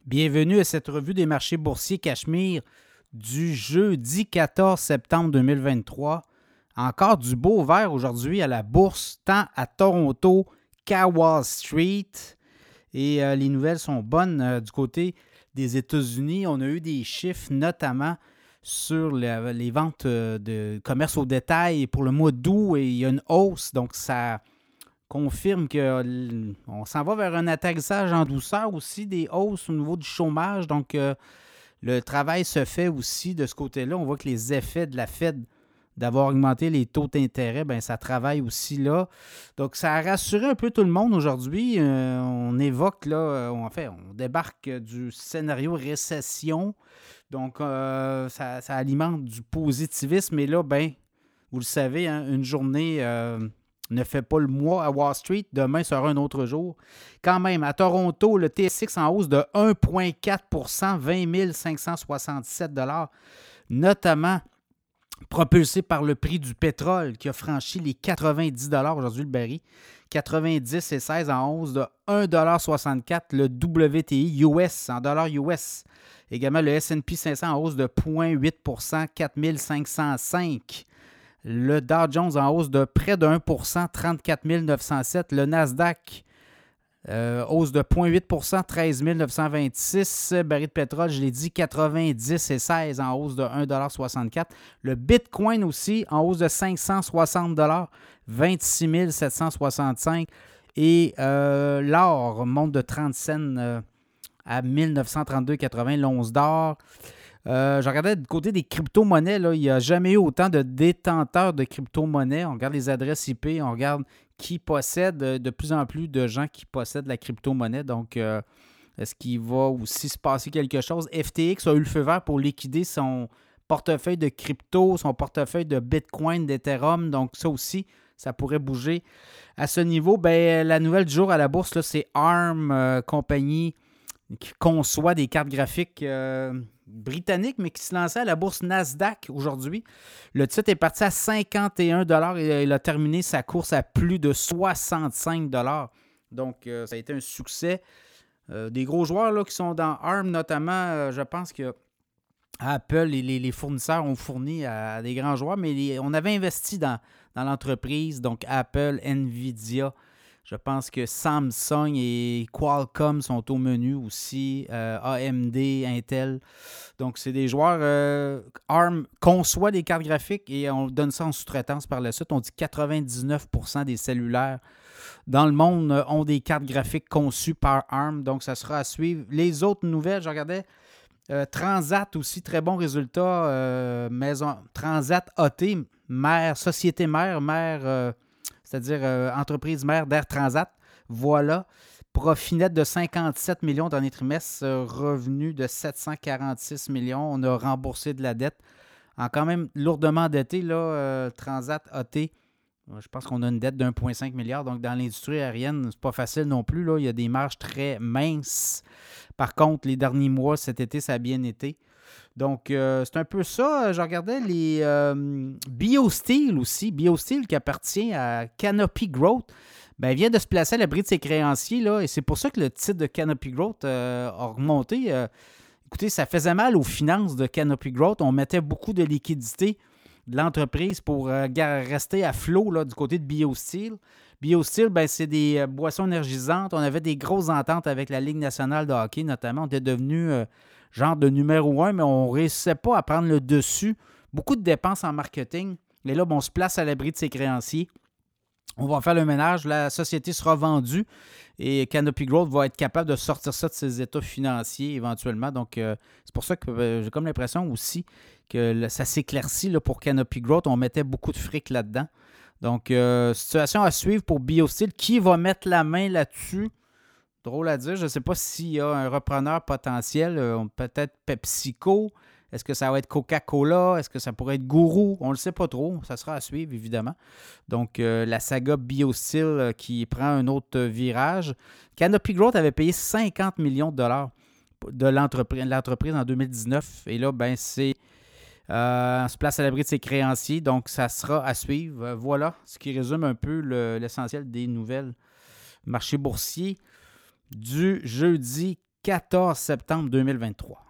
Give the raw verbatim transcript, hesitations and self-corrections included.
Bienvenue à cette revue des marchés boursiers Cachemire du jeudi quatorze septembre deux mille vingt-trois. Encore du beau vert aujourd'hui à la bourse, tant à Toronto qu'à Wall Street. Et euh, les nouvelles sont bonnes euh, du côté des États-Unis. On a eu des chiffres, notamment sur le, les ventes euh, de commerce au détail pour le mois d'août. Et il y a une hausse, donc ça confirme qu'on s'en va vers un atterrissage en douceur aussi, des hausses au niveau du chômage. Donc, euh, le travail se fait aussi de ce côté-là. On voit que les effets de la Fed d'avoir augmenté les taux d'intérêt, bien, ça travaille aussi là. Donc, ça a rassuré un peu tout le monde aujourd'hui. Euh, on évoque, là, en fait, on débarque du scénario récession. Donc, euh, ça, ça alimente du positivisme. Et là, bien, vous le savez, hein, une journée euh, ne fait pas le mois à Wall Street. Demain sera un autre jour. Quand même, à Toronto, le T S X en hausse de un virgule quatre pour cent, vingt mille cinq cent soixante-sept dollars, notamment propulsé par le prix du pétrole qui a franchi les quatre-vingt-dix dollars aujourd'hui le baril. quatre-vingt-dix et seize en hausse de un virgule soixante-quatre dollars. Le W T I U S en dollars U S. Également le S and P cinq cents en hausse de zéro virgule huit pour cent, quatre mille cinq cent cinq. Le Dow Jones en hausse de près de un pour cent, trente-quatre mille neuf cent sept. Le Nasdaq, euh, hausse de zéro virgule huit pour cent, treize mille neuf cent vingt-six. Baril de pétrole, je l'ai dit, quatre-vingt-dix et seize en hausse de un virgule soixante-quatre. Le Bitcoin aussi en hausse de cinq cent soixante dollars, vingt-six mille sept cent soixante-cinq. Et euh, l'or monte de trente cents euh, à mille neuf cent trente-deux virgule quatre-vingts l'once d'or. Euh, je regardais du côté des crypto-monnaies, là, il n'y a jamais eu autant de détenteurs de crypto-monnaies. On regarde les adresses I P, on regarde qui possède, de plus en plus de gens qui possèdent la crypto-monnaie. Donc, euh, est-ce qu'il va aussi se passer quelque chose? F T X a eu le feu vert pour liquider son portefeuille de crypto, son portefeuille de Bitcoin, d'Ethereum. Donc, ça aussi, ça pourrait bouger. À ce niveau, ben, la nouvelle du jour à la bourse, là, c'est ARM, euh, compagnie qui conçoit des cartes graphiques euh, britanniques, mais qui se lançait à la bourse Nasdaq aujourd'hui. Le titre est parti à cinquante et un dollars et il a terminé sa course à plus de soixante-cinq dollars. Donc, euh, ça a été un succès. Euh, des gros joueurs là, qui sont dans ARM, notamment, euh, je pense que Apple et les, les fournisseurs ont fourni à, à des grands joueurs, mais les, on avait investi dans, dans l'entreprise, donc Apple, Nvidia. Je pense que Samsung et Qualcomm sont au menu aussi, euh, A M D, Intel. Donc, c'est des joueurs. Euh, ARM conçoit des cartes graphiques et on donne ça en sous-traitance par la suite. On dit que quatre-vingt-dix-neuf pour cent des cellulaires dans le monde ont des cartes graphiques conçues par ARM. Donc, ça sera à suivre. Les autres nouvelles, je regardais euh, Transat aussi, très bon résultat. Euh, maison, Transat A T, mère, société mère, mère... Euh, c'est-à-dire euh, entreprise mère d'Air Transat. Voilà. Profit net de cinquante-sept millions dans les trimestres, euh, revenu de sept cent quarante-six millions. On a remboursé de la dette. En quand même lourdement endetté, là, euh, Transat A T, euh, je pense qu'on a une dette d'un virgule cinq milliard. Donc, dans l'industrie aérienne, c'est pas facile non plus. Là. Il y a des marges très minces. Par contre, les derniers mois, cet été, ça a bien été. Donc, euh, c'est un peu ça. Je regardais les euh, BioSteel aussi. BioSteel qui appartient à Canopy Growth. Ben, vient de se placer à l'abri de ses créanciers. Là, et c'est pour ça que le titre de Canopy Growth euh, a remonté. Euh, écoutez, ça faisait mal aux finances de Canopy Growth. On mettait beaucoup de liquidités de l'entreprise pour euh, rester à flot là, du côté de BioSteel. BioSteel, ben, c'est des euh, boissons énergisantes. On avait des grosses ententes avec la Ligue nationale de hockey, notamment. On était devenus... Euh, genre de numéro un, mais on ne réussissait pas à prendre le dessus. Beaucoup de dépenses en marketing. Et là, bon, on se place à l'abri de ses créanciers. On va faire le ménage. La société sera vendue et Canopy Growth va être capable de sortir ça de ses états financiers éventuellement. Donc, euh, c'est pour ça que euh, j'ai comme l'impression aussi que là, ça s'éclaircit là, pour Canopy Growth. On mettait beaucoup de fric là-dedans. Donc, euh, situation à suivre pour BioSteel. Qui va mettre la main là-dessus? Drôle à dire. Je ne sais pas s'il y a un repreneur potentiel. Euh, peut-être PepsiCo. Est-ce que ça va être Coca-Cola? Est-ce que ça pourrait être Gourou? On ne le sait pas trop. Ça sera à suivre, évidemment. Donc, euh, la saga BioSteel euh, qui prend un autre virage. Canopy Growth avait payé cinquante millions de dollars de l'entreprise, l'entreprise en deux mille dix-neuf. Et là, ben c'est... Euh, on se place à l'abri de ses créanciers. Donc, ça sera à suivre. Euh, voilà ce qui résume un peu le, l'essentiel des nouvelles marchés boursiers du jeudi quatorze septembre deux mille vingt-trois.